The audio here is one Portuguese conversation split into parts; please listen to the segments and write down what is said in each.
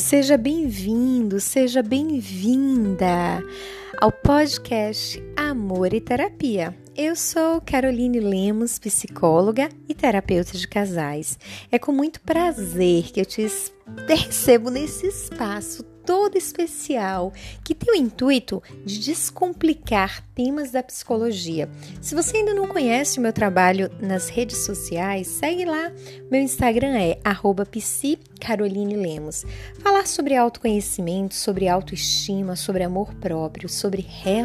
Seja bem-vindo, seja bem-vinda ao podcast Amor e Terapia. Eu sou Caroline Lemos, psicóloga e terapeuta de casais. É com muito prazer que eu te recebo nesse espaço todo especial, que tem o intuito de descomplicar temas da psicologia. Se você ainda não conhece o meu trabalho nas redes sociais, segue lá. Meu Instagram é @psicarolinelemos. Falar sobre autoconhecimento, sobre autoestima, sobre amor próprio, sobre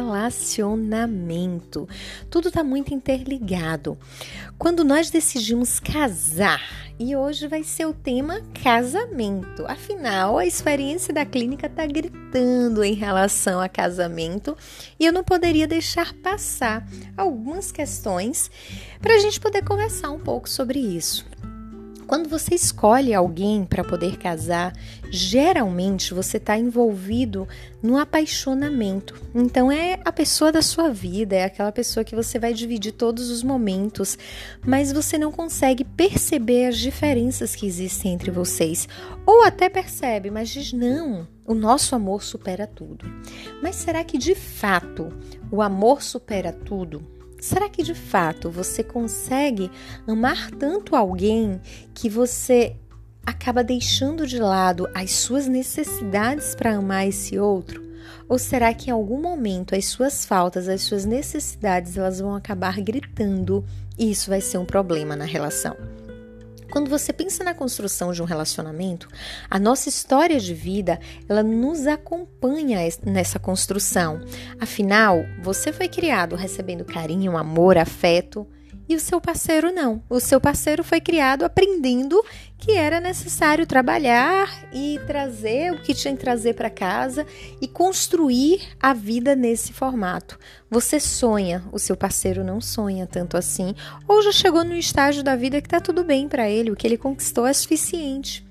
relacionamento. Tudo está muito interligado. Quando nós decidimos casar, e hoje vai ser o tema casamento. Afinal, a experiência da clínica está gritando em relação a casamento e eu não poderia deixar passar algumas questões para a gente poder conversar um pouco sobre isso. Quando você escolhe alguém para poder casar, geralmente você está envolvido no apaixonamento. Então é a pessoa da sua vida, é aquela pessoa que você vai dividir todos os momentos, mas você não consegue perceber as diferenças que existem entre vocês. Ou até percebe, mas diz não, o nosso amor supera tudo. Mas será que de fato o amor supera tudo? Será que de fato você consegue amar tanto alguém que você acaba deixando de lado as suas necessidades para amar esse outro? Ou será que em algum momento as suas faltas, as suas necessidades, elas vão acabar gritando e isso vai ser um problema na relação? Quando você pensa na construção de um relacionamento, a nossa história de vida, ela nos acompanha nessa construção. Afinal, você foi criado recebendo carinho, amor, afeto, e o seu parceiro não. O seu parceiro foi criado aprendendo que era necessário trabalhar e trazer o que tinha que trazer para casa e construir a vida nesse formato. Você sonha, o seu parceiro não sonha tanto assim, ou já chegou no estágio da vida que está tudo bem para ele, o que ele conquistou é suficiente.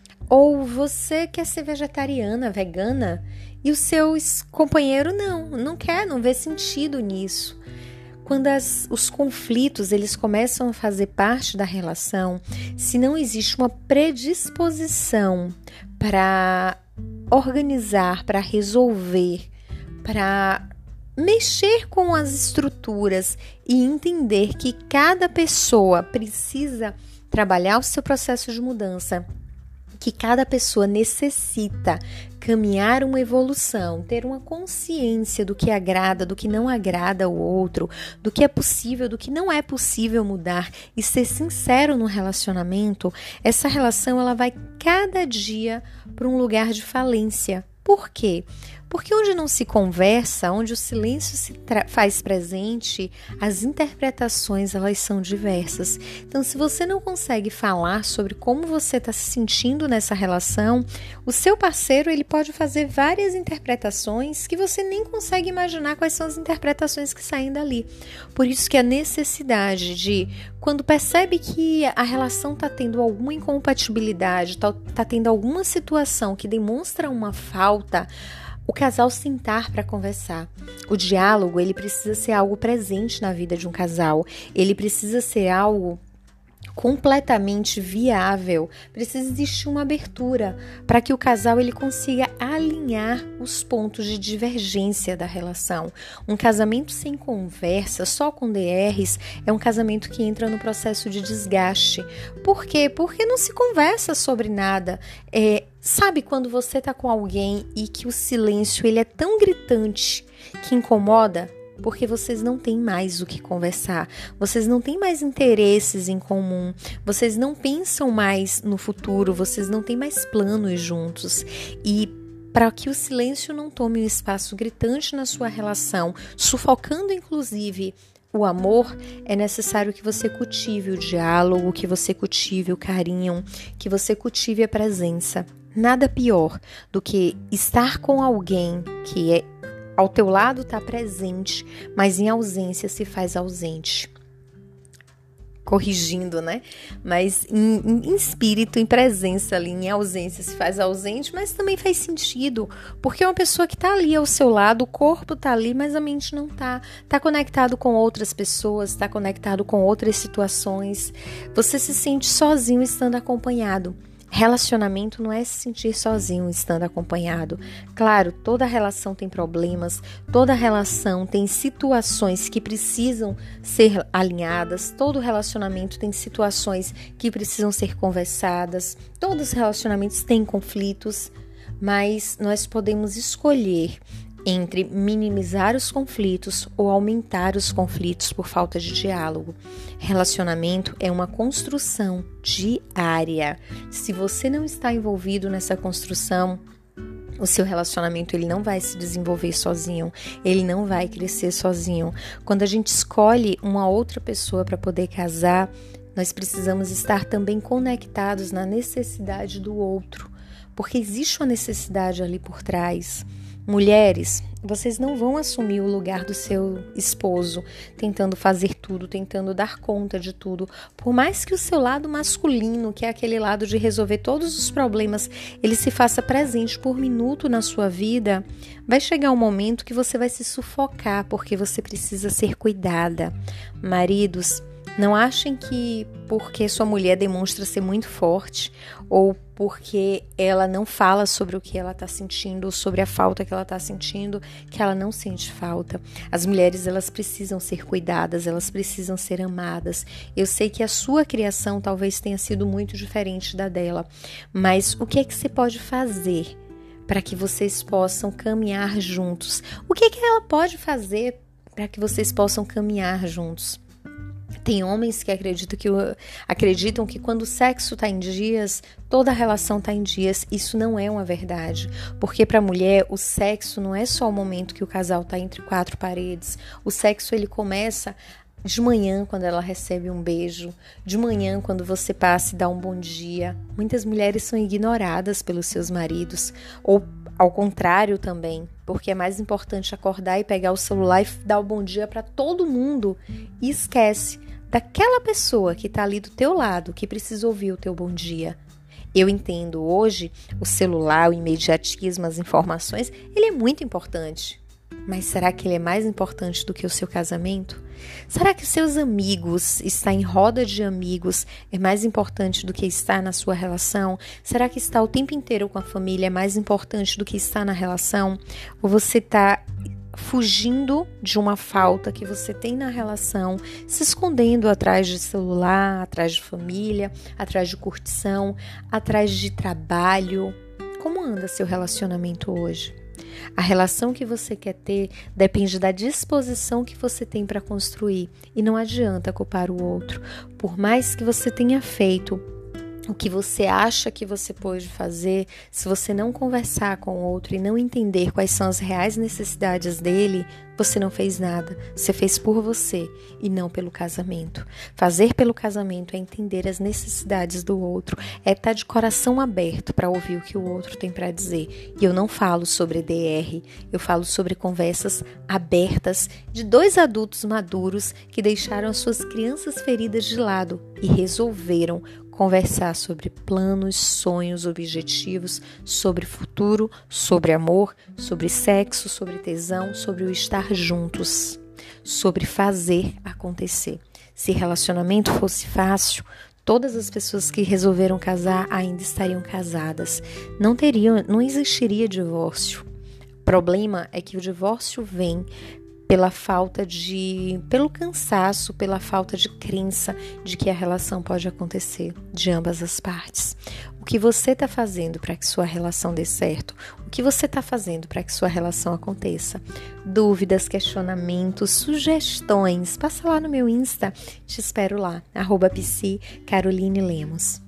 Ou você quer ser vegetariana, vegana, e o seu companheiro não quer, não vê sentido nisso. Quando os conflitos eles começam a fazer parte da relação, se não existe uma predisposição para organizar, para resolver, para mexer com as estruturas e entender que cada pessoa precisa trabalhar o seu processo de mudança, que cada pessoa necessita caminhar uma evolução, ter uma consciência do que agrada, do que não agrada ao outro, do que é possível, do que não é possível mudar e ser sincero no relacionamento, essa relação ela vai cada dia para um lugar de falência. Por quê? Porque onde não se conversa, onde o silêncio se faz presente, as interpretações elas são diversas. Então, se você não consegue falar sobre como você está se sentindo nessa relação, o seu parceiro ele pode fazer várias interpretações que você nem consegue imaginar quais são as interpretações que saem dali. Por isso que a necessidade de, quando percebe que a relação está tendo alguma incompatibilidade, está tendo alguma situação que demonstra uma falta, o casal sentar para conversar. O diálogo, ele precisa ser algo presente na vida de um casal. Ele precisa ser algo completamente viável. Precisa existir uma abertura para que o casal ele consiga alinhar os pontos de divergência da relação. Um casamento sem conversa, só com DRs, é um casamento que entra no processo de desgaste. Por quê? Porque não se conversa sobre nada. Sabe quando você está com alguém e que o silêncio ele é tão gritante que incomoda? Porque vocês não têm mais o que conversar, vocês não têm mais interesses em comum, vocês não pensam mais no futuro, vocês não têm mais planos juntos. E para que o silêncio não tome um espaço gritante na sua relação, sufocando inclusive o amor, é necessário que você cultive o diálogo, que você cultive o carinho, que você cultive a presença. Nada pior do que estar com alguém que ao teu lado está presente, mas em ausência se faz ausente. Corrigindo, né? Mas em espírito, em presença ali, em ausência se faz ausente, mas também faz sentido, porque é uma pessoa que está ali ao seu lado, o corpo está ali, mas a mente não está. Está conectado com outras pessoas, está conectado com outras situações. Você se sente sozinho estando acompanhado. Relacionamento não é se sentir sozinho estando acompanhado. Claro, toda relação tem problemas, toda relação tem situações que precisam ser alinhadas, todo relacionamento tem situações que precisam ser conversadas, todos os relacionamentos têm conflitos, mas nós podemos escolher entre minimizar os conflitos ou aumentar os conflitos por falta de diálogo. Relacionamento é uma construção diária. Se você não está envolvido nessa construção, o seu relacionamento ele não vai se desenvolver sozinho, ele não vai crescer sozinho. Quando a gente escolhe uma outra pessoa para poder casar, nós precisamos estar também conectados na necessidade do outro, porque existe uma necessidade ali por trás. Mulheres, vocês não vão assumir o lugar do seu esposo, tentando fazer tudo, tentando dar conta de tudo. Por mais que o seu lado masculino, que é aquele lado de resolver todos os problemas, ele se faça presente por minuto na sua vida, vai chegar um momento que você vai se sufocar, porque você precisa ser cuidada. Maridos, não achem que porque sua mulher demonstra ser muito forte ou porque ela não fala sobre o que ela está sentindo ou sobre a falta que ela está sentindo, que ela não sente falta. As mulheres, elas precisam ser cuidadas, elas precisam ser amadas. Eu sei que a sua criação talvez tenha sido muito diferente da dela, mas o que é que você pode fazer para que vocês possam caminhar juntos? O que é que ela pode fazer para que vocês possam caminhar juntos? Tem homens que acreditam que quando o sexo está em dias, toda a relação está em dias. Isso não é uma verdade, porque para a mulher o sexo não é só o momento que o casal está entre quatro paredes. O sexo ele começa de manhã, quando ela recebe um beijo, de manhã, quando você passa e dá um bom dia. Muitas mulheres são ignoradas pelos seus maridos, ou ao contrário também, porque é mais importante acordar e pegar o celular e dar o bom dia para todo mundo e esquece daquela pessoa que está ali do teu lado, que precisa ouvir o teu bom dia. Eu entendo hoje o celular, o imediatismo, as informações, ele é muito importante. Mas será que ele é mais importante do que o seu casamento? Será que seus amigos, estar em roda de amigos, é mais importante do que estar na sua relação? Será que estar o tempo inteiro com a família é mais importante do que estar na relação? Ou você está fugindo de uma falta que você tem na relação, se escondendo atrás de celular, atrás de família, atrás de curtição, atrás de trabalho? Como anda seu relacionamento hoje? A relação que você quer ter depende da disposição que você tem para construir e não adianta culpar o outro. Por mais que você tenha feito o que você acha que você pode fazer, se você não conversar com o outro e não entender quais são as reais necessidades dele, você não fez nada. Você fez por você e não pelo casamento. Fazer pelo casamento é entender as necessidades do outro, é estar de coração aberto para ouvir o que o outro tem para dizer. E eu não falo sobre DR, eu falo sobre conversas abertas de dois adultos maduros que deixaram as suas crianças feridas de lado e resolveram conversar sobre planos, sonhos, objetivos, sobre futuro, sobre amor, sobre sexo, sobre tesão, sobre o estar juntos, sobre fazer acontecer. Se relacionamento fosse fácil, todas as pessoas que resolveram casar ainda estariam casadas. Não existiria divórcio. O problema é que o divórcio vem pelo cansaço, pela falta de crença de que a relação pode acontecer de ambas as partes. O que você está fazendo para que sua relação dê certo? O que você está fazendo para que sua relação aconteça? Dúvidas, questionamentos, sugestões? Passa lá no meu Insta, te espero lá, @psi_Caroline Lemos.